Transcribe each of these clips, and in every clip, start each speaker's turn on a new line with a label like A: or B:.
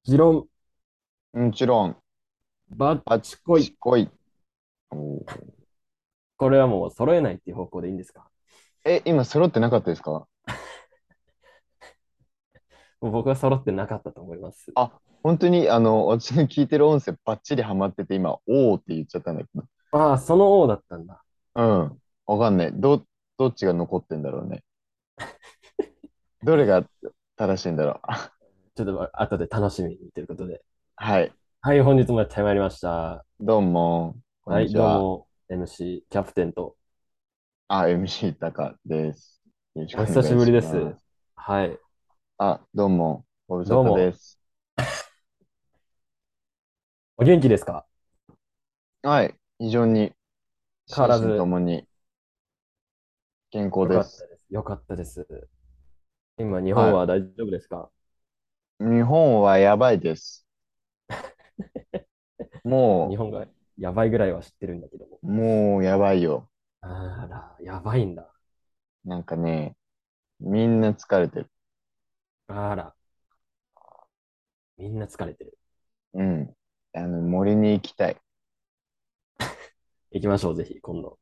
A: 持論、
B: もちろん、
A: バッ
B: あっ
A: チコイ。
B: ちこい。おー
A: これはもう揃えないっていう方向でいいんですか？
B: 今揃ってなかったですか？
A: もう僕は揃ってなかったと思います。
B: あ、本当に、私の聞いてる音声バッチリハマってて、今、おーって言っちゃったんだけど。
A: ああ、その王だったんだ。
B: うん。わかんない。どっちが残ってんだろうね。どれが正しいんだろう。
A: ちょっと後で楽しみにということで。
B: はい。
A: はい、本日もやってまいりました。
B: どうも、こん
A: はい、
B: にちは。
A: どうも、MC、キャプテンと、
B: MC タカです。よろしくお
A: お久しぶり
B: 願いし
A: です。
B: ます。
A: はい、
B: どうも、ご無沙
A: どうも、
B: 汰です。
A: お元気ですか？
B: はい。非常に心身と
A: 変わらず、
B: もに健康
A: よか
B: です。
A: ったです。よかったです。今、日本
B: は
A: は大丈夫ですか？
B: い。日本はやばいです。も
A: 日本がやばいぐらいは知ってるんだけども。
B: もうやばいよ。
A: あら、やばいんだ。
B: なんかね、みんな疲れてる。
A: あら、みんな疲れてる。
B: うん。森に行きたい。
A: 行きましょう、ぜひ、今度。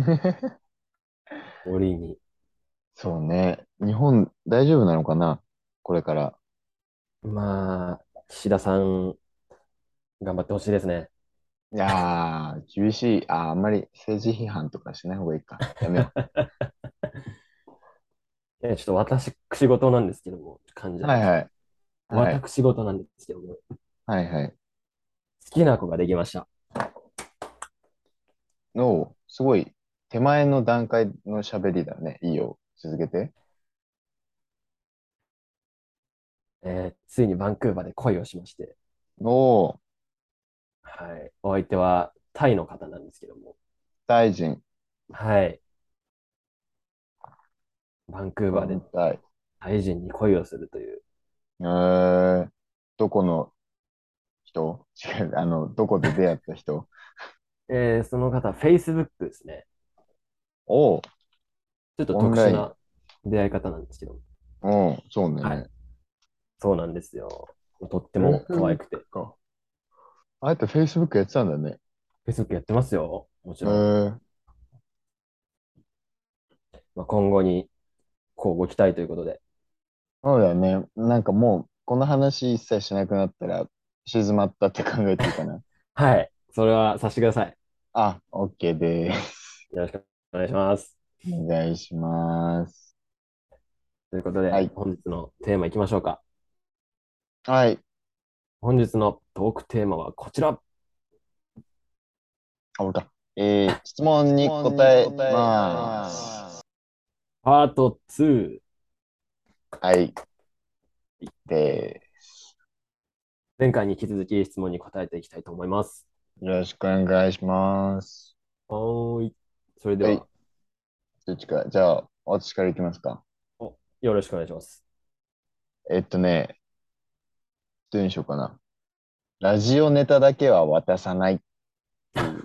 A: 森に。
B: そうね。日本大丈夫なのかな、これから。
A: まあ、岸田さん、頑張ってほしいですね。
B: いやー、厳しい。あんまり政治批判とかしない方がいいか。やめよ
A: ちょっと私事なんですけども、噛んじ
B: う。
A: ゃいました。
B: はいはい。はい。
A: 私事なんですけども、
B: はいはい。
A: 好きな子ができました。
B: すごい手前の段階の喋りだね。いいよ。続けて。
A: ついにバンクーバーで恋をしまして、
B: おー、
A: はい。お相手はタイの方なんですけども、
B: 大臣。
A: はい。バンクーバーで
B: みたい。
A: タイ人に恋をするという、
B: どこの人？違う、どこで出会った人？
A: その方、Facebook ですね。
B: おー、
A: ちょっと
B: オンライン。
A: 特殊な出会い方なんですけども、
B: うん、そう
A: はい。
B: ね。
A: そうなんですよ。とっても可愛
B: Facebook
A: くて。
B: か。あえて Facebook やってたんだね。
A: Facebook やってますよ。もち
B: え
A: ろ
B: ー、
A: ん。まあ、今後にこうご期待ということで。
B: そうだよね。なんかもう、この話一切しなくなったら、静まったって考えていいかな。
A: はい。それはさせてください。
B: OK です。
A: よろしくお願いします。
B: お願いします。
A: ということで、
B: はい。
A: 本日のテーマいきましょうか。
B: はい。
A: 本日のトークテーマはこちら。
B: 俺か。質問に答えます。
A: パート2。
B: はい。で
A: 前回に引き続き質問に答えていきたいと思います。
B: よろしくお願いします。
A: はーい。それで
B: はい。
A: は、
B: どっちか。じゃあ、私からいきますか。
A: よろしくお願いします。
B: どうにしようかな。ラジオネタだけは渡さないって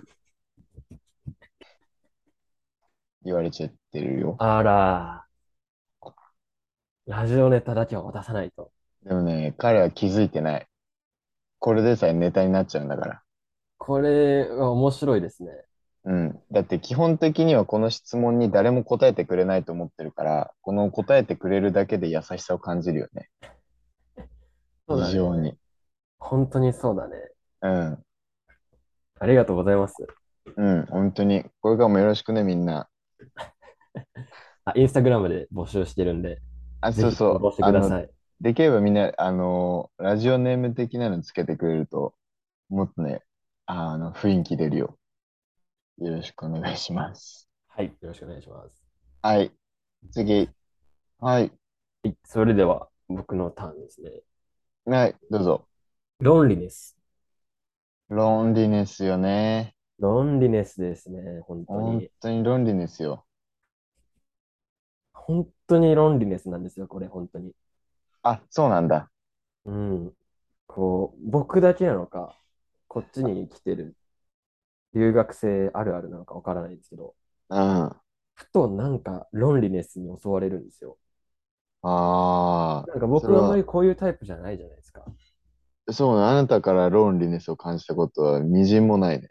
B: 言われちゃってるよ。
A: あら、ラジオネタだけは渡さないと。
B: でもね、彼は気づいてない。これでさえネタになっちゃうんだから。
A: これは面白いですね。
B: うん。だって基本的にはこの質問に誰も答えてくれないと思ってるから、この答えてくれるだけで優しさを感じるよね。非
A: そうだね。
B: 常に。
A: 本当にそうだね。
B: うん。
A: ありがとうございます。
B: うん。本当に。これからもよろしくね、みんな。
A: インスタグラムで募集してるんで、ぜ
B: そうそう。
A: ひ応募してください。
B: できればみんな、ラジオネーム的なのつけてくれると、もっとね、雰囲気出るよ。よろしくお願いします。
A: はい。よろしくお願いします。
B: はい。次。はい。
A: はい。それでは、僕のターンですね。
B: はい。どうぞ。
A: ロンリネス。
B: ロンリネスよね。
A: ロンリネスですね。本当
B: 本
A: に。
B: 当にロンリネスよ。
A: 本当にロンリネスなんですよ、これ、本当に。
B: そうなんだ。
A: うん。こう、僕だけなのか、こっちに来てる留学生あるあるなのかわからないですけど、
B: うん。
A: ふとなんかロンリネスに襲われるんですよ。なんか僕あんま
B: それは、
A: りこういうタイプじゃないじゃないですか。
B: そうね、あなたからロンリネスを感じたことはみじんもないね。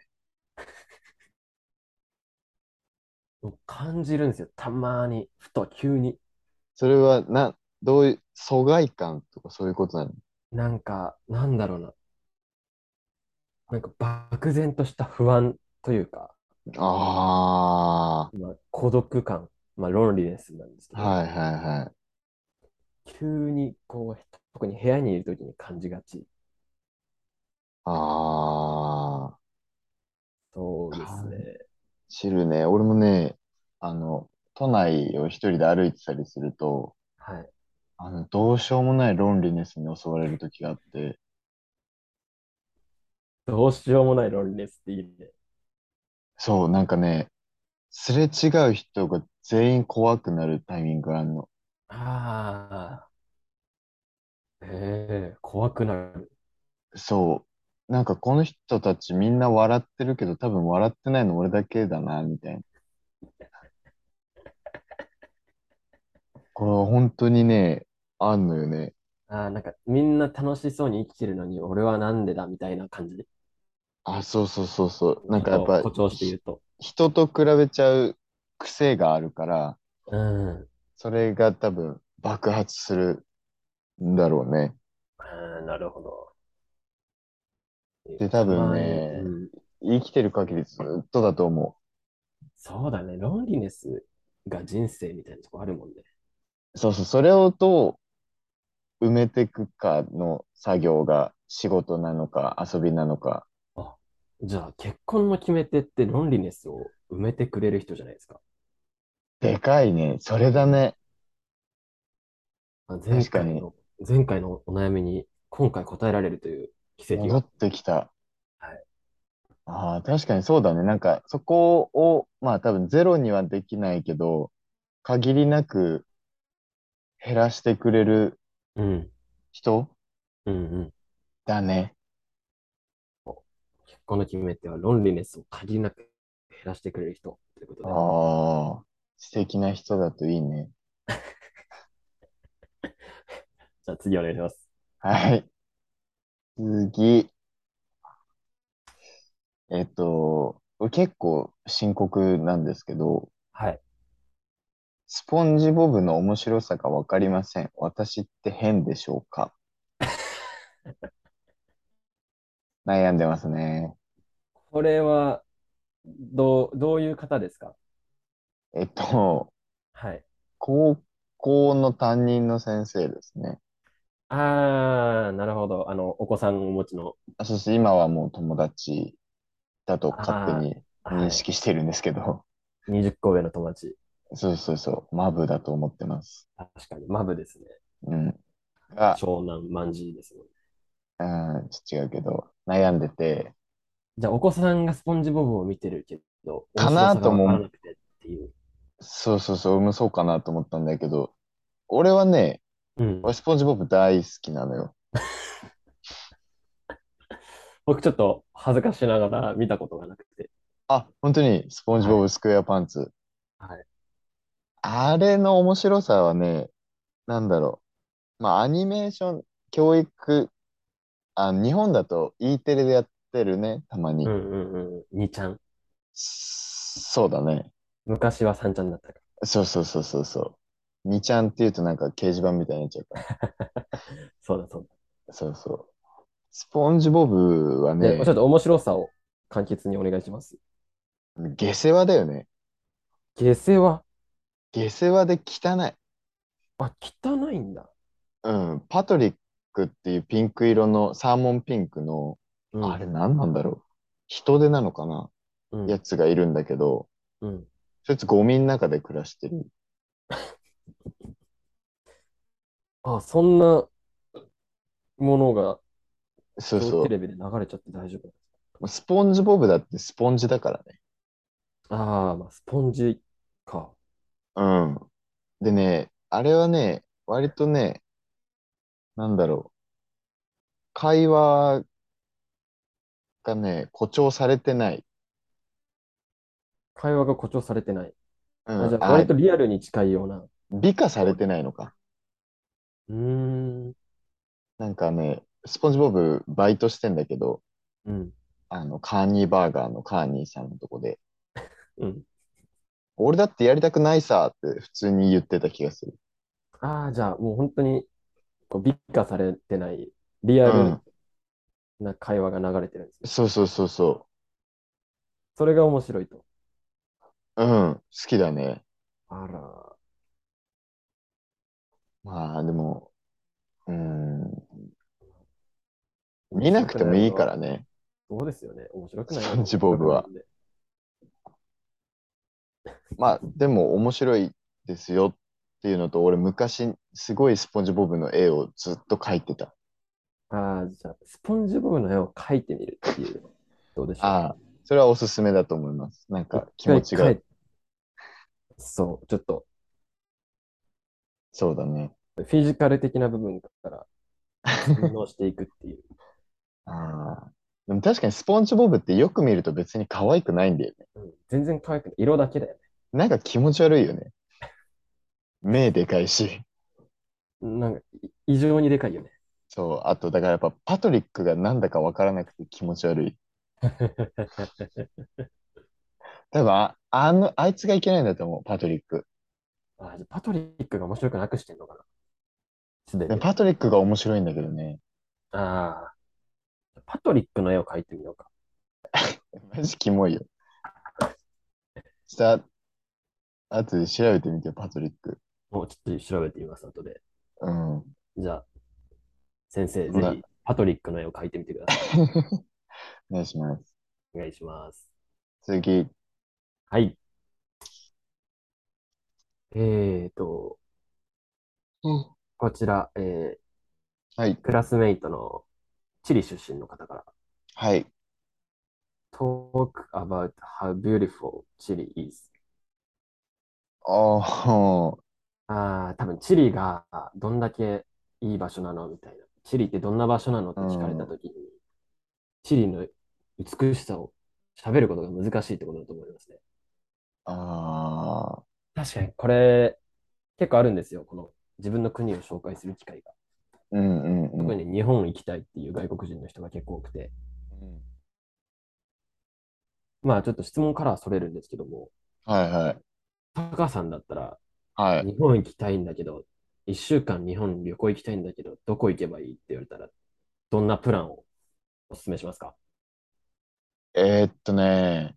A: 感じるんですよ。たまに、ふと急に。
B: それは、どういう、疎外感とかそういうことなの？
A: なんか、なんだろうな。なんか漠然とした不安というか、
B: あ
A: まあ、孤独感、まあ、ロンリネスなんですけ
B: あ、
A: ど、
B: はいはいはい。
A: 急にこう、特に部屋にいるときに感じがち。
B: ああ、
A: そうです
B: 感
A: ね。
B: じるね。俺もね、都内を一人で歩いてたりすると、
A: はい。
B: どうしようもないロンリネスに襲われる時があって、
A: どうしようもないロンリネスっていいね。
B: そう、なんかね、すれ違う人が全員怖くなるタイミングがあるの。
A: ああ、怖くなる。
B: そう。なんかこの人たちみんな笑ってるけど多分笑ってないの俺だけだな、みたいな。これは本当にね、あんのよね。
A: ああ、なんかみんな楽しそうに生きてるのに、俺はなんでだみたいな感じで。
B: あ、そうそうそうそう。なん
A: ちょっ
B: かやっぱ
A: と誇張して言うと。
B: 人と比べちゃう癖があるから、
A: うん。
B: それが多分爆発するんだろうね。
A: ああ、なるほど。
B: で、多
A: た
B: 分
A: まに、
B: ね、
A: うん。
B: 生きてる限りずっとだと思
A: そうだね。ロンリネスが人生みたいなとこあるもんね。
B: う。そうそう、それをどう埋めていくかの作業が仕事なのか遊びなのか。
A: あ、じゃあ結婚の決め手ってロンリネスを埋めてくれる人じゃないですか。
B: でかいね。それ
A: うん。
B: だね。
A: あ、
B: 確かに。
A: 前回のお悩みに今回答えられるという奇跡が。
B: 戻ってきた。
A: はい。
B: ああ、確かにそうだね。なんか、そこを、まあ多分ゼロにはできないけど、限りなく減らしてくれる
A: うん。
B: 人
A: うんうん。
B: だね。
A: 結婚の決め手はロンリネスを限りなく減らしてくれる人ということで。
B: ああ、素敵な人だといいね。
A: じゃあ次お願いします。
B: はい。次。結構深刻なんですけど、
A: はい。
B: スポンジボブの面白さがわかりません。私って変でしょうか？悩んでますね。
A: これは、どういう方ですか？
B: えっと、
A: はい。
B: 高校の担任の先生ですね。
A: あー、なるほど。お子さんをお持ちの。
B: そして今はもう友達だと勝手
A: あ
B: に
A: ー、
B: 認
A: はい。
B: 識してるんですけど、
A: 20個上の友達。
B: そうそうそう、マブだと思ってます。
A: 確かに、マブですね。
B: うん。が、
A: 湘南万事ですもんね。
B: うん、ちょっと違うけど、悩んでて、
A: じゃあ、お子さんがスポンジボブを見てるけど、面
B: か
A: 白さがわから
B: なとも、
A: なくてっていう。
B: そうそうそう、俺もそうかなと思ったんだけど、俺はね、
A: うん。
B: 俺スポンジボブ大好きなのよ。
A: 僕ちょっと恥ずかしながら見たことがなくて。
B: あ、本当にスポンジ
A: はい。
B: ボブスクエアパンツ。
A: はい。
B: あれの面白さはね、なんだろう。まあ、アニメーション、教育、日本だと E テレでやってるね、たまに。
A: うんうんうん。2ちゃん。
B: そうだね。
A: 昔は3ちゃんだったか
B: そうそうそうそうそう。2ちゃんって言うとなんか掲示板みたいになっちゃうか
A: ら。そうだそう
B: ら。そうそう。スポンジボブは
A: だ。で、ちょっ
B: ね、
A: と面白さを簡潔にお願いします。
B: 下世話だよね。
A: 下世話。
B: 下世話で汚い。
A: あ、汚いんだ。
B: うん。パトリックっていうピンク色のサーモンピンクの、
A: うん。
B: あれ何なんだろう。人手なのかな、や
A: うん。
B: つがいるんだけど、
A: うん。
B: そいつゴミの中で暮らしてる。
A: あ、そんなものが教育テ
B: そうそ
A: レビで流れちゃって大丈夫？
B: う。スポンジボブだってスポンジだからね。
A: ああー、まあ、スポンジか。
B: うん。でね、あれはね、割とね、なんだろう。会話がね、誇張されてない。
A: 会話が誇張されてない。あ、
B: うん。
A: じゃあ、割とリアルに近いような
B: 美化され
A: 表現。
B: てないのか。
A: うーん。
B: なんかね、 スポンジボブバイトしてんだけど、
A: うん。
B: カーニーバーガーのカーニーさんのとこで、
A: うん。
B: 俺だってやりたくないさって普通に言ってた気がする。
A: ああ、じゃあもう本当にこう美化されてないリアル
B: うん。
A: な会話が流れてるんですね。
B: そうそうそうそ
A: それが面白いと。
B: う。うん。好きだね。
A: あら、
B: まあ、でも、うん。見な
A: 面白く
B: くてもいいか
A: ないものは、
B: らね。
A: そうですよね。面白くないも
B: スポンジ
A: のは面白
B: ボブは。
A: くないんで。
B: まあ、でも面白いですよっていうのと、俺昔、すごいスポンジボブの絵をずっと描いてた。
A: ああ、じゃあ、スポンジボブの絵を描いてみるっていう、どうでしょ
B: ああ、それはおすすめだと思います。なん
A: う。一
B: か気持ちが、
A: 回描い、そう、ちょっと
B: そうだね。
A: フィジカル的な部分から洗脳していくっていう。
B: ああ。でも確かにスポンジボブってよく見ると別に可愛くないんだよね。
A: うん、全然可愛くない。色だけだよね。
B: なんか気持ち悪いよね。目でかいし。
A: なんか、異常にでかいよね。
B: そう。あと、だからやっぱパトリックがなんだかわからなくて気持ち悪い。多分あいつがいけないんだと思う、パトリック。
A: あ、じゃあパトリックが面白くなくしてんのかな、すでに。
B: でパトリックが面白いんだけどね。
A: ああ、パトリックの絵を描いてみようか。
B: マジキモいよ。さあ、後で調べてみてよ、パトリック。
A: もうちょっと調べてみます、後で。
B: うん。
A: じゃあ、先生、
B: そんな、
A: ぜひ、パトリックの絵を描いてみてください。
B: お願いします。
A: お願いします。
B: 次。
A: はい。えーと、
B: うん。
A: こちら、
B: はい。
A: クラスメイトのチリ出身の方から、
B: はい。
A: Talk about how beautiful Chile is.
B: ああ、
A: ああ、多分チリがどんだけいい場所なのみたいな。チリってどんな場所なのっ
B: う
A: て聞かれた
B: ん。
A: ときに、チリの美しさを喋ることが難しいってことだと思いますね。
B: ああ、
A: 確かに、これ結構あるんですよ。この自分の国を紹介する機会が。
B: うんうんうん。
A: 特に日本行きたいっていう外国人の人が結構多くて。
B: うん
A: まあちょっと質問からはそれるんですけども、
B: はいはい。
A: タカさんだったら
B: はい。
A: 日本行きたいんだけど、1週間日本旅行行きたいんだけど、どこ行けばいいって言われたら、どんなプランをお勧めしますか？
B: ね、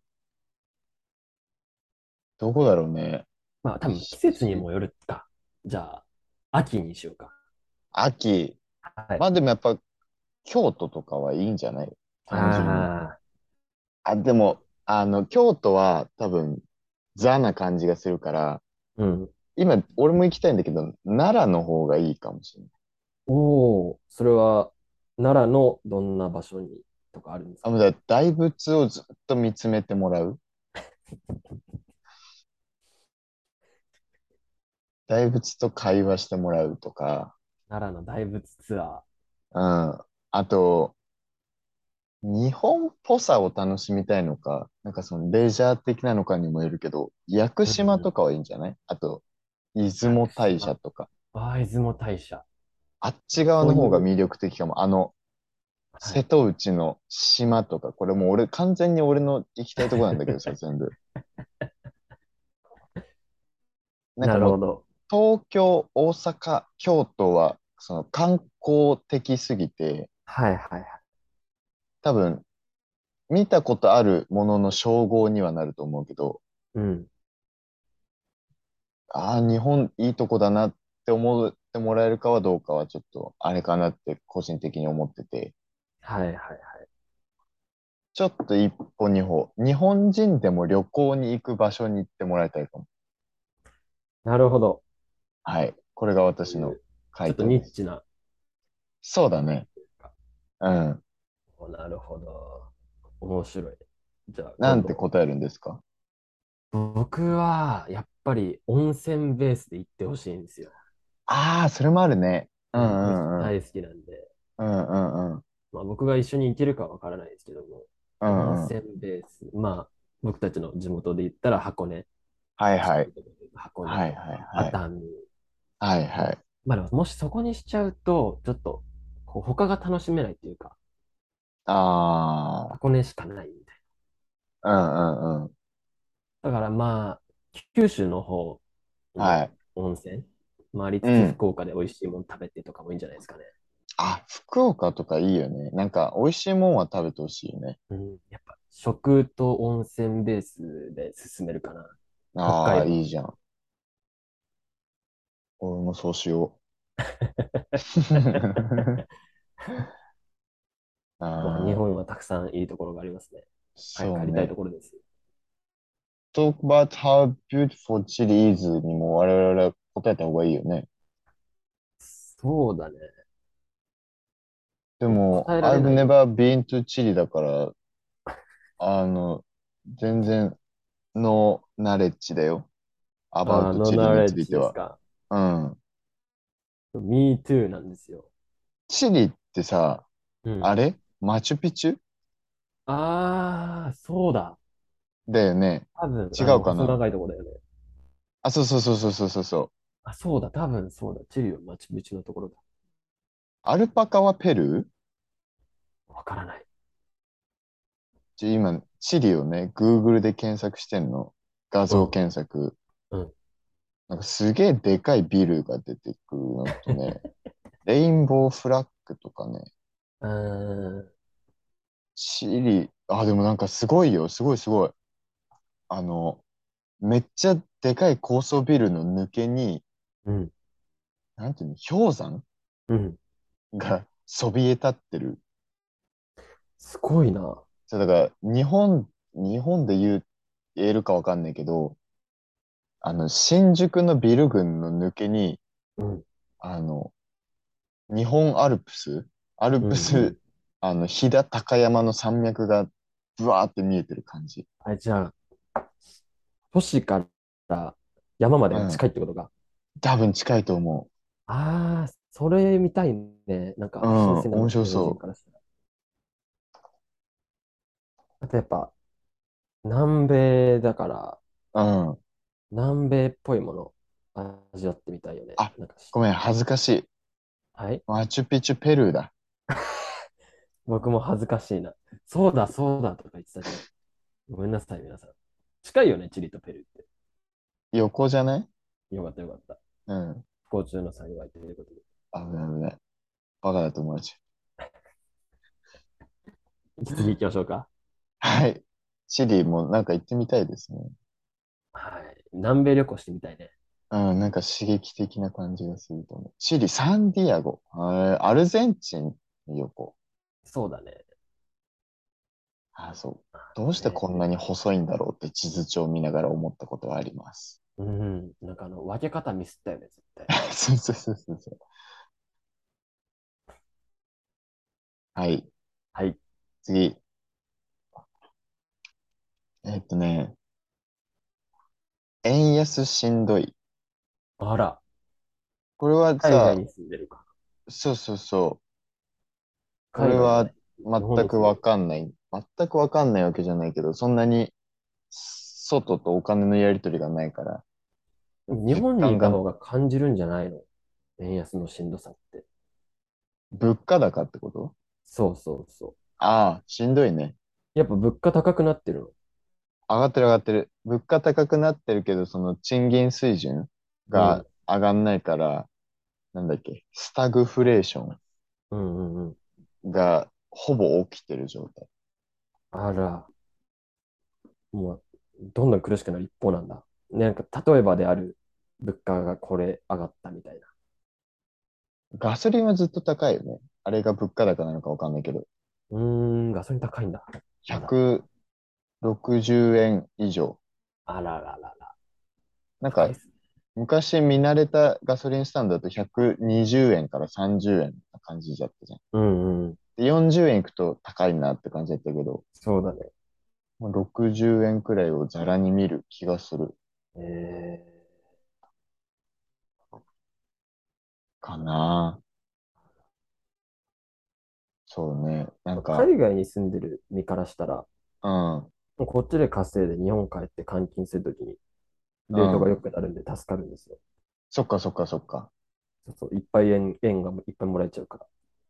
B: どこだろうね。
A: まあ多分季
B: 一週
A: 節にもよるか。じゃあ、秋にしようか。
B: 秋。
A: はい。
B: まあでもやっぱ京都とかはいいんじゃない単純に。
A: ああ、
B: あ、でも、京都は多分ザな感じがするから、
A: うん。
B: 今俺も行きたいんだけど、奈良の方がいいかもしれない。
A: おお、それは奈良のどんな場所にとかあるんですか？
B: もうだから大仏をずっと見つめてもらう。大仏と会話してもらうとか、
A: 奈良の大仏ツア
B: うん。あと、日本っぽさを楽しみたいのか、なんかそのレジャー的なのかにもよるけど、屋久
A: ー。うんうん。
B: 島とかはいいんじゃない？あと、出
A: 屋
B: 雲大社
A: 久島。
B: とか。
A: 出雲大社。
B: あっち側
A: そういう、
B: の方が魅力的かも。
A: はい。
B: 瀬戸内の島とか、これもう完全に俺の行きたいとこなんだけどさ、全部。なんかもう、
A: なるほど。
B: 東京、大阪、京都は、その観光的すぎて、
A: はいはいはい。
B: 多分、見たことあるものの称号にはなると思うけど、
A: うん。
B: ああ、日本いいとこだなって思ってもらえるかはどうかはちょっと、あれかなって個人的に思ってて、
A: はいはいはい。
B: ちょっと一歩二歩、日本人でも旅行に行く場所に行ってもらいたいかも。
A: なるほど。
B: はい。これが私の
A: そういう、ちょっと
B: 回答です。
A: ニッチな。
B: そうだね。うん。
A: なるほど。面白い。じゃあ
B: なん
A: 今度。
B: て答えるんですか？
A: 僕は、やっぱり温泉ベースで行ってほしいんですよ。
B: ああー、それもあるね。うんう
A: 僕
B: んうん。
A: 大好きなんで。
B: うんうんうん。
A: まあ僕が一緒に行けるかわからないですけども、
B: うんうん。
A: 温泉ベース。まあ僕たちの地元で言ったら箱根。
B: はいはい。
A: 近いところで言うと箱根
B: はい
A: とか
B: はいはい。
A: 熱海。
B: はいはい。
A: まあでももしそこにしちゃうと、ちょっと他が楽しめないっていうか、
B: あ
A: 箱根しかないみたい
B: あ、うんうんうん。
A: な。だからまあ、九州の方の
B: はい。
A: 温泉、回りつつ
B: うん。
A: 福岡で美味しいもの食べてとかもいいんじゃないですかね。
B: あ、福岡とかいいよね。なんか、美味しいもんは食べてほしいよね。
A: うん、やっぱ食と温泉ベースで進めるかな。北
B: ああ、
A: 海道。
B: いいじゃん。俺もそうしよう。
A: まあ、日
B: ああ、
A: 本はたくさんいいところがありますね。はい、帰りたい
B: そうね。
A: ところです。
B: Talk about how beautiful Chile is にも我々は答えた方がいいよね。
A: そうだね。
B: でも、
A: 答えられ
B: I've
A: ないよ。
B: never been to Chile だから、あの、全然のナレッジだよ。about
A: ノー
B: Chile に
A: ナレッ
B: ついては。
A: ジですか？
B: うん。
A: Me too なんですよ。
B: チリってさ、
A: うん。
B: あれマチュピチュ
A: ああ、そうだ。
B: だよね。
A: 多分、細
B: 違うかな。
A: 長いとこだよね。
B: あ、そうそうそうそうそうそうそう。
A: あ、そうだ、多分そうだ。チリはマチュピチュのところだ。
B: アルパカはペルー
A: わからない。
B: 今、チリをね、Google で検索してんの。画像
A: うん、
B: 検索。
A: うん。
B: なんかすげえでかいビルが出てくるのとね、レインボーフラッグとかね、
A: うーん、
B: チリ、あ、でもなんかすごいよ、すごいすごい。あの、めっちゃでかい高層ビルの抜けに、
A: うん、
B: なんていうの、氷山
A: うん。
B: がそびえ立ってる。
A: すごいな。
B: そう、だから、日本で言えるかわかんないけど、新宿のビル群の抜けに、
A: うん、
B: あの、日本アルプス、アル
A: うん、う
B: プス、
A: ん。
B: 飛騨高山の山脈がブワーって見えてる感じ。
A: あ、じゃあ、都市から山までが
B: うん。
A: 近いってことか。
B: 多分近いと思
A: ああ、それ見たいね。なん
B: う。う
A: か、新
B: ん。面
A: 鮮なの、日本人
B: 白そ
A: からしたら。あとやっぱ、南米だから、
B: う。うん。
A: 南米っぽいもの、味わってみたいよね。
B: あ、
A: なんか
B: ごめん、恥ずかしい。
A: はい。
B: マチュピチュペルーだ。
A: 僕も恥ずかしいな。そうだ、そうだとか言ってたけど。ごめんなさい、皆さん。近いよね、チリとペルーって。
B: 横じゃない？
A: よかった、よかった。
B: うん。
A: 不幸中の幸いということで。
B: 危ない危ない。バカだと思うち
A: 次行きましょうか。
B: はい。チリもなんか行ってみたいですね。
A: はい。南米旅行してみたいね。
B: うん、なんか刺激的な感じがすると思う。チリ、サンディアゴ。アルゼンチンに旅行。
A: そうだね。
B: あ、そう。どうしてこん
A: ね、
B: なに細いんだろうって地図帳を見ながら思ったことはあります。
A: うん。なんか分け方ミスったよね、絶対。
B: そうそうそうそうそう。はい。
A: はい。
B: 次。えっとね、円安しんどい。
A: あら、
B: これはさ、
A: 海外に住んでるか。
B: そうそうそう。これは
A: 海外じゃない。日本
B: 全くわ
A: に住んでる。
B: かんない。全くわかんないわけじゃないけど、そんなに外とお金のやり取りがないから、
A: でも日
B: 実感が、
A: 本にいた方が感じるんじゃないの？円安のしんどさって。
B: 物価高ってこと？
A: そうそうそ
B: ああ、しんどいね。
A: う。やっぱ物価高くなってるの。
B: 上がってる上がってる。物価高くなってるけど、その賃金水準が
A: うん。
B: 上がんないから、なんだっけ、スタグフレーショ
A: うんうんうん。
B: ンがほぼ起きてる状態。
A: あら、もう、どんどん苦しくなる一方なんだ。なんか、例えばである物価がこれ上がったみたいな。
B: ガソリンはずっと高いよね。あれが物価高なのかわかんないけど、
A: ガソリン高いんだ。まだ。
B: 160円以上。
A: あらららら。
B: なんか、
A: 高いっすね。
B: 昔見慣れたガソリンスタンドだと120円から30円な感じだったじゃん。
A: うんうん。
B: で、40円いくと高いなって感じだったけど、
A: そうだね。
B: もう60円くらいをざらに見る気がするかな。そうね。なんか、
A: 海外に住んでる身からしたら、
B: うん、
A: もうこっちで稼いで日本帰って換金するときにレートが
B: うん。
A: 良くなるんで助かるんですよ。
B: そっかそっかそっか。
A: そうそう、いっぱい円がいっぱいもらえちゃうから。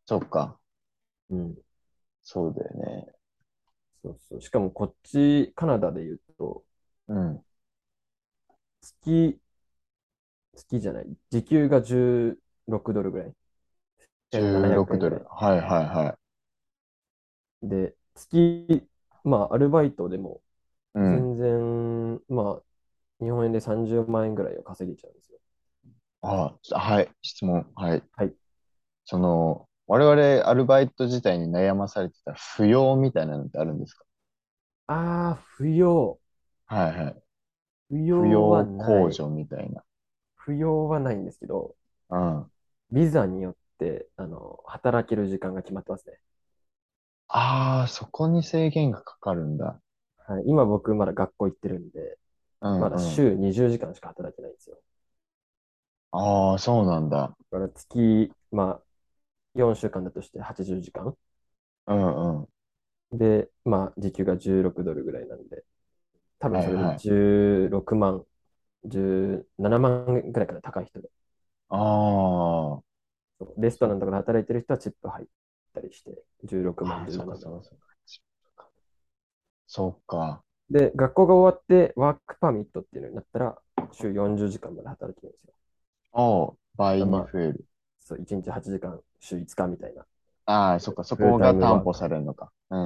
B: そっか。
A: うん。
B: そうだよね。
A: そうそう。しかもこっち、カナダで言うと、
B: うん。
A: 月、月じゃない、時給が16ドルぐらい。1700
B: 16ドル。
A: 円ぐらい。
B: はいはいはい。
A: で、まあ、アルバイトでも、
B: うん。
A: 全然、まあ、日本円で30万円ぐらいを稼げちゃうんですよ。
B: はい。質問。はい。
A: はい。
B: 我々アルバイト自体に悩まされてた不要みたいなのってあるんですか？
A: ああ、不要。
B: はいはい。不
A: 不要は
B: 要
A: ない。
B: 控除みたいな。
A: 不要はないんですけど、
B: うん。
A: ビザによって、働ける時間が決まってますね。
B: ああ、そこに制限がかかるんだ。
A: はい。今僕まだ学校行ってるんで、
B: うん
A: まだ
B: うん。
A: 週20時間しか働けないんですよ。
B: ああ、そうなんだ。
A: だからまあ、4週間だとして80時間。
B: うんうん。
A: で、まあ、時給が16ドルぐらいなんで、多分それで
B: はいはい。
A: 16万、17万ぐらいから高い人で。
B: ああ、
A: そうレスト
B: そ、
A: ランとかで働いてる人はチップ入ったりして、16万、
B: そっ
A: 17万。
B: かそっかそっか。そっか。
A: で、学校が終わってワークパーミットっていうのになったら、週40時間まで働けるんですよ。
B: おう、倍
A: まあ、
B: に増える。
A: そう、1日8時間、週5日みたいな。
B: ああ、そっか、そこ
A: フルタイ
B: が担保
A: ムワーカー。
B: されるのか。うん。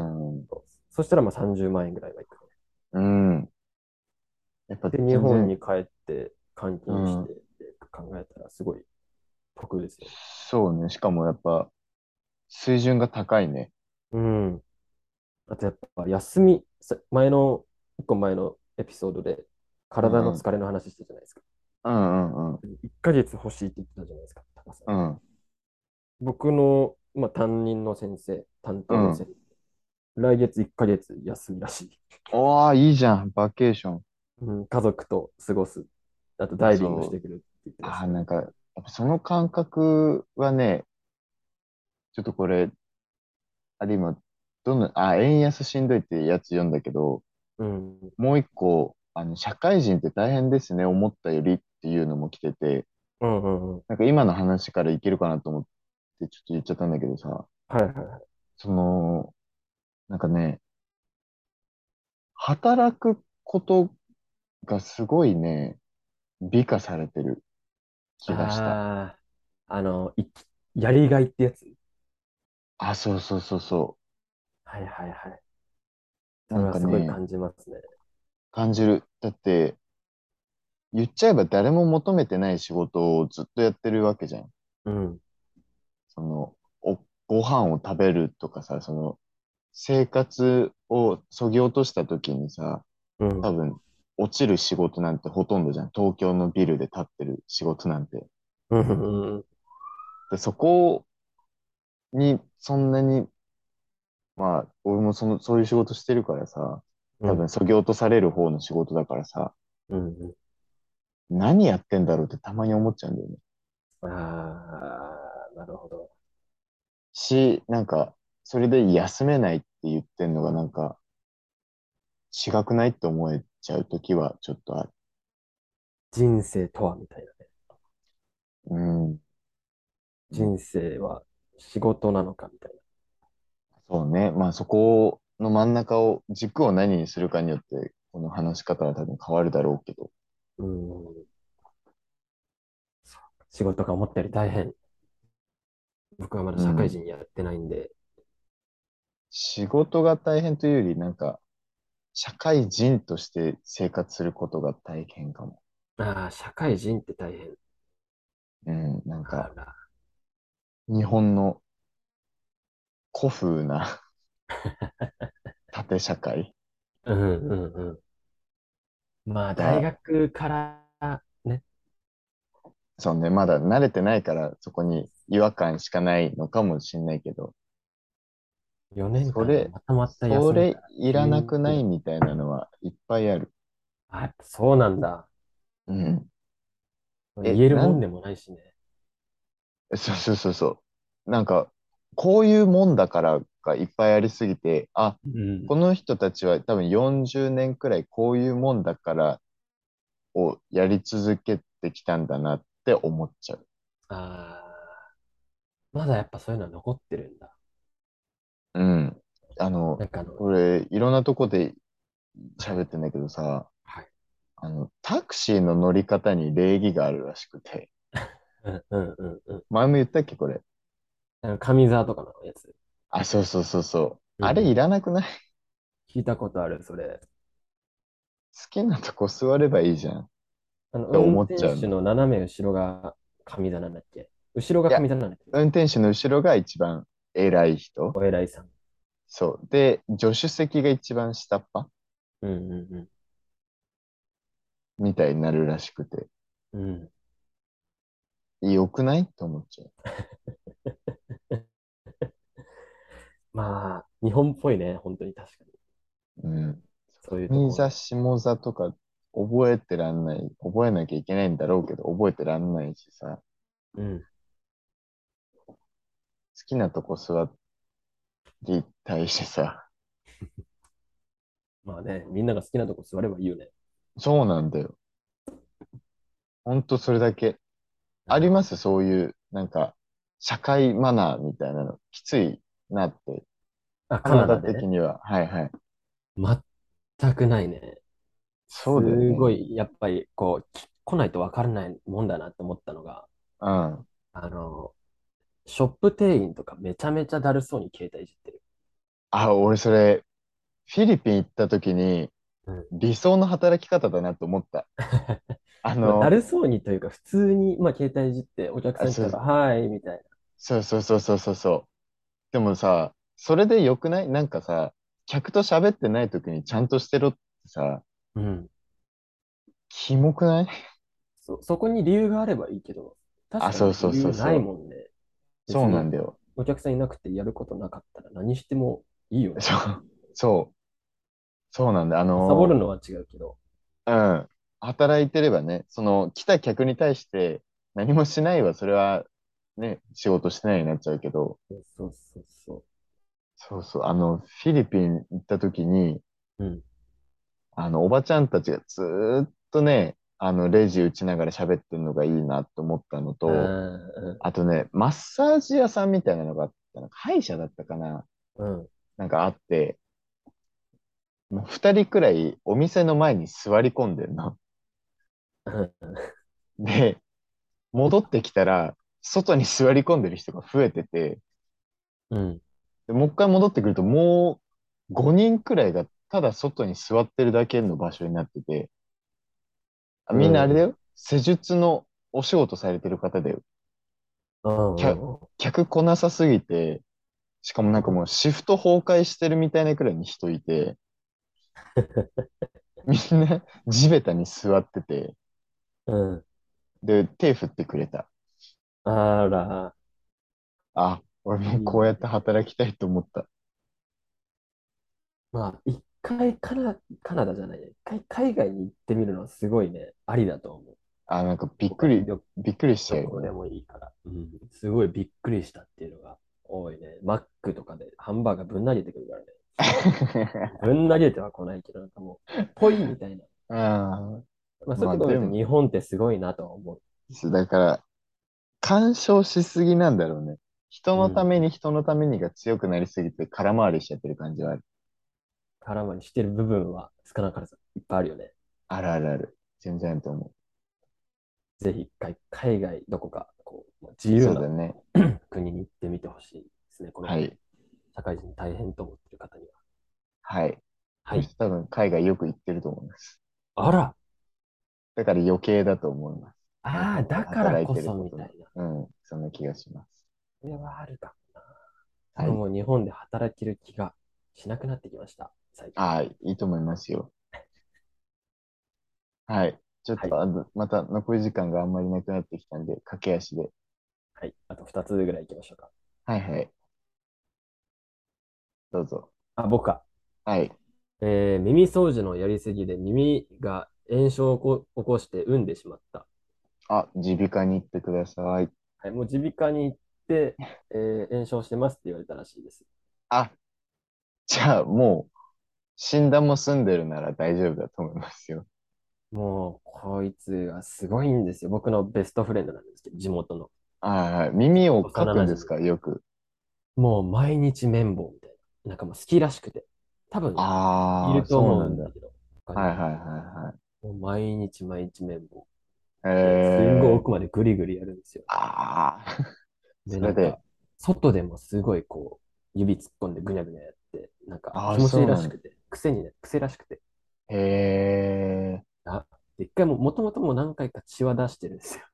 A: そしたらまあ30万円ぐらいはいくね。
B: うん。やっぱ
A: で、日
B: 全然、
A: 本に帰って換金し
B: うん。
A: てって考えたらすごい得ですよ。
B: そうね。しかもやっぱ、水準が高いね。
A: うん。あとやっぱ休み、一個前のエピソードで体の
B: うんうん。
A: 疲れの話してたじゃないですか。
B: うんうんうん。
A: 1ヶ月欲しいって言ってたじゃないですか、高さん。
B: うん。
A: 僕の、まあ、担任の先生、担
B: うん。
A: 当の先生、来月1ヶ月休みらしい。
B: おー、いいじゃん。バケーション。
A: うん、家族と過ごす。あとダイビングし
B: そう。
A: てくるって言ってましたね。
B: なんか、やっぱその感覚はね、ちょっとこれ、今、円安しんどいってやつ読んだけど、
A: うん。
B: もう一個、社会人って大変ですね、思ったよりっていうのも来てて、
A: うんうんうん。
B: なんか今の話からいけるかなと思ってちょっと言っちゃったんだけどさ、
A: はいはいはい。
B: その、なんかね、働くことがすごいね、美化されてる気がした。
A: ああ、やりがいってやつ。
B: あ、そうそうそうそ
A: はいはいはい。
B: う。な
A: それは
B: んかね、
A: すごい感じますね。
B: 感じる。だって、言っちゃえば誰も求めてない仕事をずっとやってるわけじゃん。
A: うん。
B: その、ご飯を食べるとかさ、生活をそぎ落とした時にさ、
A: うん。
B: 多分、落ちる仕事なんてほとんどじゃん。東京のビルで立ってる仕事なんて。
A: うん。うん。
B: で、そこに、そんなに、まあ、俺もそういう仕事してるからさ、
A: うん。
B: 多分、そぎ落とされる方の仕事だからさ、
A: うん。
B: 何やってんだろうってたまに思っちゃうんだよね。
A: ああ、なるほど。
B: なんか、それで休めないって言ってんのがなんか、違くないって思えちゃう時はちょっとある。
A: 人生とはみたいなね。
B: うん。
A: 人生は仕事なのかみたい
B: そうね。まあそこの真ん中軸を何にするかによって、この話し方は多分変わるだろうけど。
A: な。うん。仕事が思ったより大変。僕はまだ
B: うん。
A: 社会人やってないんで、
B: 仕事が大変というより、なんか、社会人として生活することが大変かも。
A: ああ、社会人って大変。
B: うん。なんか、
A: あら。
B: 日本の古風な縦社会
A: うんうんうん。まあ、大
B: が、
A: 学からね、
B: そうね、まだ慣れてないからそこに違和感しかないのかもしれないけど、
A: 4年間で
B: それ、
A: まとまった
B: それ
A: 休みから
B: いらなくな
A: 急に、
B: いみたいなのはいっぱいある。
A: あ、やっぱそうなんだ。
B: うん。
A: 言えるもんでもないしね。
B: そうそうそうそう。なんか、こういうもんだからがいっぱいありすぎて、
A: うん。
B: この人たちは多分40年くらいこういうもんだからをやり続けてきたんだなって思っちゃう。
A: ああ。 まだやっぱそういうのは残ってるんだ。
B: うん。
A: なんか
B: 俺、いろんなとこで
A: はい、
B: 喋ってんだけどさ、
A: はい。
B: タクシーの乗り方に礼儀があるらしくて。
A: うんうんうんうん。
B: 前も言ったっけ、これ。
A: 上座とかのやつ。
B: あ、そうそうそうそう。あれい
A: うんうん。
B: らなくない？
A: 聞いたことある、それ。
B: 好きなとこ座ればいいじゃんって
A: 運
B: 思っちゃうの。
A: 転手の斜め後ろが上座なんだっけ？後ろが
B: いや、
A: 上座なんだっけ？
B: 運転手の後ろが一番偉い人。
A: お偉いさん。
B: そう。で、助手席が一番下っ端
A: うんうん
B: みたいになるらしくて。
A: うん。うん。
B: 良くないって思っちゃう。
A: まあ、日本っぽいね、本当に確かに。
B: うん。
A: そういうと
B: 上座、
A: ころ。
B: 下座とか覚えてらんない。覚えなきゃいけないんだろうけど、覚えてらんないしさ。
A: うん。
B: 好きなとこ座りたいしさ。
A: まあね、みんなが好きなとこ座ればいいよね。
B: そうなんだよ。ほんとそれだけ。あ
A: なるほど。
B: りますそういう、社会マナーみたいなの。きついなって。
A: あ、カ
B: カナダ
A: ナダでね。
B: 的には。はいはい。
A: 全くないね。
B: そうだよね。
A: すごい、やっぱり、来ないと分からないもんだなって思ったのが、
B: うん。
A: あの、ショップ店員とかめちゃめちゃだるそうに携帯いじってる。
B: あ、俺それ、フィリピン行った時に
A: うん。
B: 理想の働き方だなと思った。あ
A: まあ、だ
B: の、
A: るそうにというか、普通に、まあ、携帯いじって、お客さん来たら、はい、みたい
B: そうそうそうそうそうそう。でもさ、それでよくないさ、客と喋ってない時にちゃんとしてろってさ、
A: な。うん。
B: キモくない？
A: そこに理由があればいいけど、確
B: あ、
A: かに
B: そうそう
A: 理由ない
B: そうそう。
A: もんね。
B: そうな
A: 別に、
B: んだよ。
A: お客さんいなくてやることなかったら何してもいいよね。
B: そう、そう、そうなんだ。
A: サボるのは違うけど。
B: うん。働いてればね、その来た客に対して何もしないは、それはね、仕事してないになっちゃうけど、
A: そうそうそうそ
B: そうそう、フィリピン行った時に、
A: う。うん。
B: おばちゃんたちがずーっとね、レジ打ちながら喋ってるのがいいなと思ったの
A: あ
B: と、
A: ー
B: あとね、マッサージ屋さんみたいなのがあったの。歯医者だったかな
A: うん、うん。
B: あって、もう二人くらいお店の前に座り込んでんの。
A: うん
B: で、戻ってきたら、外に座り込んでる人が増えてて、
A: うん。
B: でもう一回戻ってくると、もう5人くらいがただ外に座ってるだけの場所になってて、みんなあれだよ。施術のお仕事されてる方で、客、客来なさすぎて、しかももうシフト崩壊してるみたいなくらいに人いて、みんな地べたに座ってて、
A: うん。
B: で、手振ってくれた。
A: あら、
B: あ、俺
A: いい
B: もこうやって
A: ね。
B: 働きたいと思った。
A: まあ、一回カナダじゃないね。一回海外に行ってみるのはすごいね、ありだと思う。
B: あ、
A: 他の
B: びっくりしちゃうよね。
A: どこでもいいから。うん。すごいびっくりしたっていうのが多いね。マックとかでハンバーガーぶん投げてくるからね。ぶん投げては来ないけど、なんかもう、ポイみたいな。
B: ああ、
A: まあ、そういうところ見ると
B: まあでも、
A: 日本ってすごいなとは思う。
B: だから、干渉しすぎなんだろうね。人
A: うん。
B: のために人のためにが強くなりすぎて空回りしちゃってる感じはある。
A: 絡まにしてる部分は少なからずいっぱいあるよね。
B: あるあるある。全然あると思
A: ぜひ一回海外どこか自
B: う。
A: 由な
B: そうだね。
A: 国に行ってみてほしいですね。この
B: はい。
A: 社会人大変と思ってる方には。
B: はい。こ
A: はい。
B: の人多分海外よく行ってると思います。
A: あら、
B: だから余計だと思います。日
A: ああ、
B: 本で
A: だから
B: 働い
A: こそ
B: てることの。
A: みたいな。
B: うん、そんな気がします。
A: それはあるかもな。
B: はい。
A: 僕も日本で働ける気がしなくなってきました。最近。
B: はい。いいと思いますよ。はい。ちょっ
A: はい。
B: とまた残り時間があんまりなくなってきたんで、駆け足で。
A: はい。あと2つぐらい行きましょうか。
B: はいはい。どうぞ。
A: あ、僕か。
B: はい。
A: 耳掃除のやりすぎで耳が炎症を起こして産んでしまった。
B: あ、耳鼻科に行ってください。
A: はい。もう耳鼻科に行って、炎症してますって言われたらしいです。
B: あ、じゃあもう、診断も済んでるなら大丈夫だと思いますよ。
A: もう、こいつがすごいんですよ。僕のベストフレンドなんですけど、地元の。
B: はいはい。耳をか
A: 幼馴染。
B: くんですか、よく。
A: もう毎日綿棒みたいな。なんかもう好きらしくて。多分、い
B: ああ、
A: ると思
B: そうなんだ。
A: うんだけど、他にも。
B: はいはいは
A: もう毎日毎日綿棒
B: いはい。
A: で、すんごい
B: えー、
A: 奥までグリグリやるんですよ。
B: ああ、
A: で、
B: それで、
A: なんか、外でもすごいこう、指突っ込んでぐにゃぐにゃやって、なんか
B: ああ、
A: 気持ちいい
B: そうなんだ。
A: らしくて、癖にね、癖らしくて。
B: へえ。
A: あ、で一回もともともう何回か血は出してるんですよ。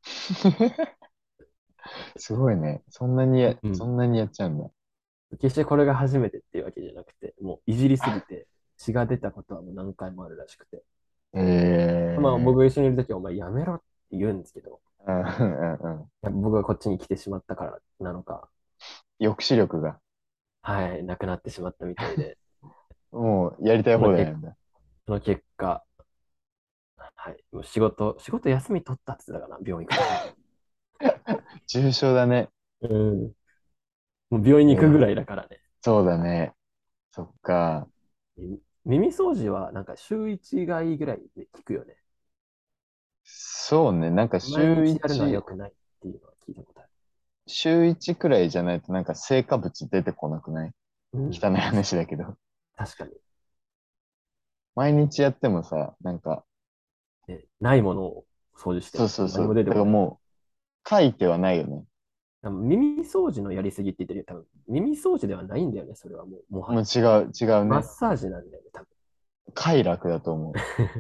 B: すごいね。
A: うん。
B: そんなにやっちゃうんだ。
A: 決してこれが初めてっていうわけじゃなくて、もういじりすぎて血が出たことはもう何回もあるらしくて。
B: へ
A: まあ僕
B: え。
A: が一緒にいるときはお前やめろって言うんですけど、
B: うんうんうん。
A: いや僕がこっちに来てしまったからなのか、
B: 抑止力が。
A: はい、なくなってしまったみたいで、
B: もう、やりたい
A: その結、
B: 放題なんだ。
A: その結果、はい、もう仕事休み取ったって言ってたかな、病院行くときに。
B: 重症だね。
A: うん。もう病院に行くぐらいだからね。
B: そうだね。そっか。
A: 耳掃除はなんか週1がいいぐらいで聞くよね。
B: そうね。なんか
A: 毎日やるのは良くないっていうのは聞いたことある。
B: 週一くらいじゃないとなんか成果物出てこなくない？
A: うん、
B: 汚い
A: 確かに。
B: 話だけど。
A: 確かに。
B: 毎日やってもさ、なんか、
A: ね、ないものを掃除して
B: そう
A: も何も
B: そうそう。
A: 出てこない。
B: だからもう、書いてはないよね。
A: 耳掃除のやりすぎって言ってるよ。多分耳掃除ではないんだよね。それはもう、もはや。
B: もう違うね。
A: マッサージなんだよね。多
B: 快楽だと思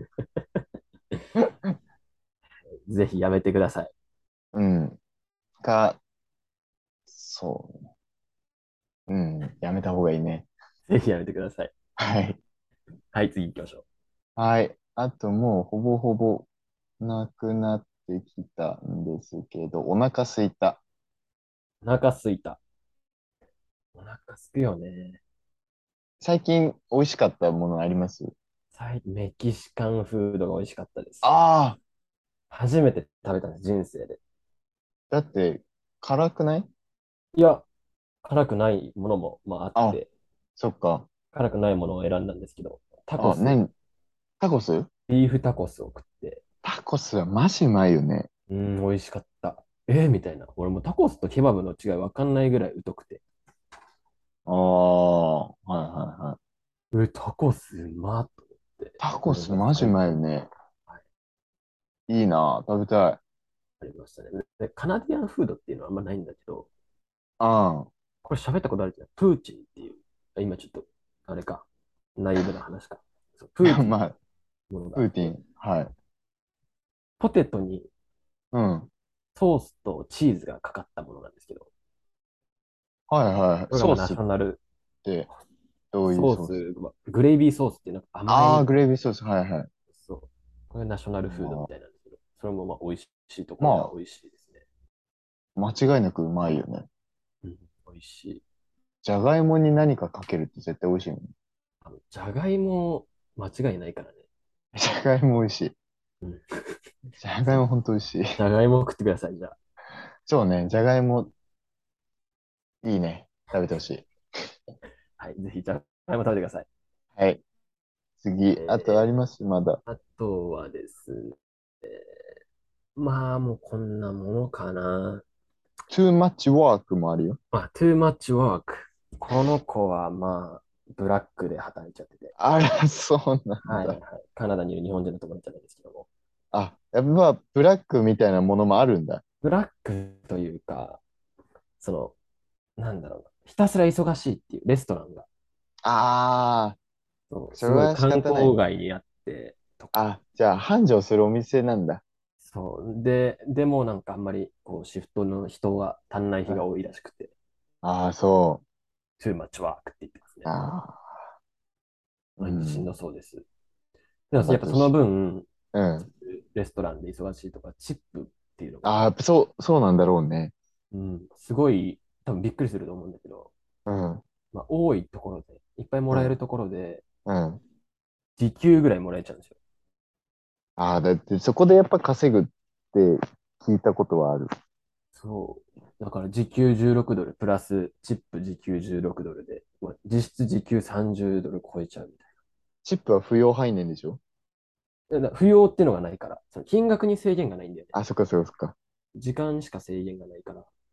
A: 分。ぜひやめてください。
B: う。うん。か、そうね。うん。やめた方がいいね。
A: ぜひやめてください。
B: はい。
A: はい、次行きましょ
B: はい。あともうほぼほぼなくなってきたんですけど、お腹すいた。
A: う。お腹すいた。お腹すくよね。
B: 最近美味しかったものあります？
A: メキシカンフードが美味しかったです。
B: ああ
A: 初めて食べたんです、人生で。
B: ー、だって辛くない？
A: いや、辛くないものも、まあ、あっ
B: あ、
A: て、
B: そっか。
A: 辛くないものを選んだんですけど、タコ
B: あ、
A: ス、
B: タコス？
A: ビーフタコスを食って、
B: タコスはマジうまいよね。
A: 美味しかった。みたいな。俺もタコスとケバブの違いわかんないぐらい疎くて。
B: ああ、はいはいはい。
A: タコスうまっと思って。
B: タコ
A: これは
B: スマジう
A: 最高。
B: まいよね。
A: はい、
B: いいな、食べたい。
A: ありましたね。で、カナディアンフードっていうのはあんまないんだけど、
B: あ
A: これ喋ったことあるじゃん。プーチンっていう、今ちょっと、あれか、ナイーブな話か。そう、
B: あ、い
A: プー
B: や、
A: チンって
B: まあ、
A: ものがあって、
B: プーティン。はい。
A: ポテトに
B: うん。
A: ソースとチーズがかかったものなんですけど、
B: はいはい。
A: これがまあナ
B: ソースっ
A: ショナル、
B: てどういう
A: ソー
B: ソース？
A: スは、グレイビーソースっていうなんか甘
B: ああー、
A: い、
B: グレービーソース。はいはい。
A: そう、これナショナルフードみ
B: まあ、
A: たいなんですけど、それもまあ美味しいところでは
B: ま
A: 美味しいですね。
B: あ、間違いなくうまいよね。
A: うん、美味しい。
B: じゃがいもに何かかけるって絶対美味しいもん。
A: じゃがいも間違いないからね。
B: じゃがいも美味しい。
A: うん。
B: じゃがいも
A: そう。
B: ほんと美味しい。
A: じゃがいもを食ってください、じゃあ。
B: そうね、じゃがいもいいね。食べてほしい。
A: はい、ぜひじゃがいも食べてください。
B: はい。次、あとあり
A: え
B: ますまだ？
A: あとはですね、まあもうこんなものかな。
B: too much work もあるよ。
A: まあ、too much work。この子はまあ、ブラックで働いちゃってて。
B: あら、そうなんだ。
A: はいはい。カナダにいる日本人の友達なんですけども。
B: あ、やっぱブラックみたいなものもあるんだ。
A: ブラックというか、その、なんだろうな。ひたすら忙しいっていうレストランが、
B: ああ、
A: そうすごい
B: それは仕
A: 観光
B: 方ないね。
A: 街にあってとか、
B: あ、じゃあ繁盛するお店なんだ。
A: そう。でもなんかあんまりこうシフトの人が足んない日が多いらしくて、
B: ああ、そ
A: too much work って言ってます
B: う。
A: ね。
B: ああ、う
A: 毎日しん
B: ん。
A: どそうです。でもやっぱその
B: 頑張ってほしい。
A: 分、
B: うん。
A: レストランで忙しいとか、チップっていうのが、
B: ああ、やっぱそうなんだろうね。
A: うん、すごい、多分びっくりすると思うんだけど、
B: うん。
A: まあ、多いところで、いっぱいも
B: うん。
A: らえるところで、
B: うん。
A: 時給ぐらいもらえちゃうんですよ。
B: ああ、だってそこでやっぱ稼ぐって聞いたことはある。
A: そう。だから時給16ドル、プラスチップ時給16ドルで、まあ、実質時給30ドル超えちゃうみたい
B: チップは不要排年でしょ？
A: な。不要っていうのがないから、その金額に制限がないんだよね。
B: あ、そっかそっかそっか。
A: 時間しか制限がないから。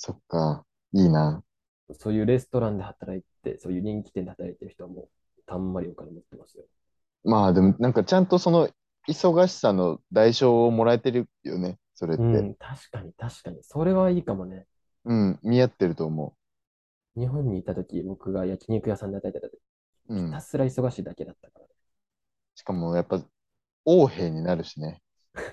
B: そっか。いいな。
A: そういうレストランで働いて、そういう人気店で働いてる人はもう、たんまりお金持ってますよ。
B: まあでもなんかちゃんとその忙しさの代償をもらえてるよね。それって。
A: うん、確かに確かに。それはいいかもね。
B: うん、見合ってると思
A: 日本にいた時、僕が焼肉屋さんで働いてた時、
B: う。う
A: ひた
B: ん。
A: すら忙しいだけだったからね。
B: しかもやっぱ横柄になるしね。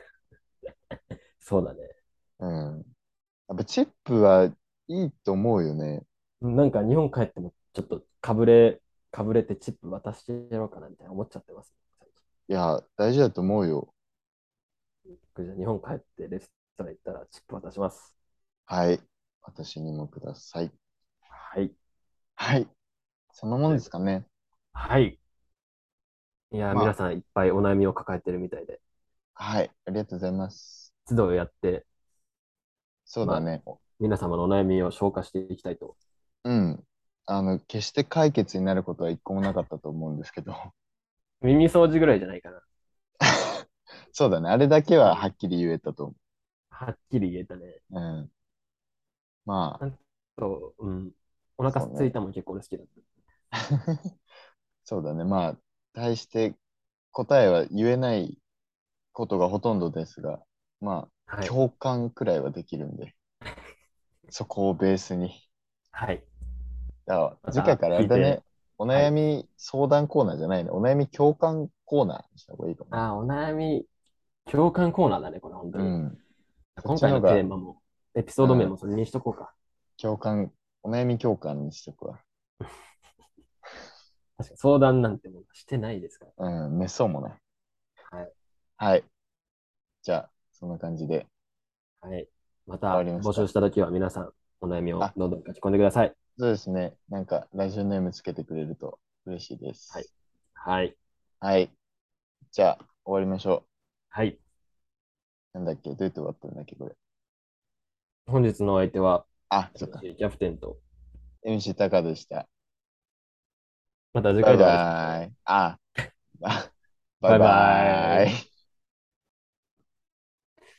A: そうだね。
B: うん。やっぱチップはいいと思うよね。
A: なんか日本帰ってもちょっとかぶれてチップ渡してやろうかなみたいな思っちゃってます。
B: いや、大事だと思うよ。
A: 僕じゃあ日本帰ってレストラン行ったらチップ渡します。
B: はい。私にもください。
A: はい。
B: はい。そのもんですかね。
A: はい。いやー、
B: まあ、
A: 皆さんいっぱいお悩みを抱えてるみたいで、
B: はい。ありがとうございます。
A: 都度やって、まあ、
B: そうだね。
A: 皆様のお悩みを消化していきたいと。
B: うん。決して解決になることは一個もなかったと思うんですけど。
A: 耳掃除ぐらいじゃないかな。
B: そうだね。あれだけはは
A: うん。
B: っきり言えたと思
A: はっきり言えたね。
B: う。うん。まあ、
A: なんと、うん。お腹
B: そうね。
A: すいたもん結構俺好きだっ
B: そうだね。まあ、対して答えは言えないことがほとんどですが、まあ、
A: た。はい。
B: 共感くらいはできるんで、そこをベースに。
A: はい。
B: だから
A: また
B: 次回からあ
A: 聞いて、
B: れだね、お
A: はい。
B: 悩み相談コーナーじゃないね。お悩み共感コーナーにした方がいいかもね。
A: お悩み、共感コーナーだね、これ、本当に。
B: うん。そっ
A: 今回の
B: ちのが、
A: テーマも、エピソード名
B: うん、
A: もそれにしとこうか。
B: 共感、お悩み共感にしとくわ。
A: 確かに相談なんてものしてないですから。
B: うん、めっそうもない。
A: はい。
B: はい。じゃあ、そんな感じで
A: はい。ま
B: 終わ
A: た募集
B: りますか。
A: したときは皆さんお悩みを
B: あ、
A: どんどん書き込んでください。
B: そうですね。なんか、ラジオネームつけてくれると嬉しいで
A: はい。
B: す。
A: はい。
B: はい。じゃあ、終わりましょ
A: はい。
B: う。なんだっけどうやって終わったんだっけこれ。
A: 本日のお相手は、
B: あ、そっか。
A: 私、キャプテンと、
B: MC タカでした。
A: また次
B: バイ
A: 回お会いしましょう。
B: バーイ。あ、バイ
A: バイバ
B: バーイ。
A: イ。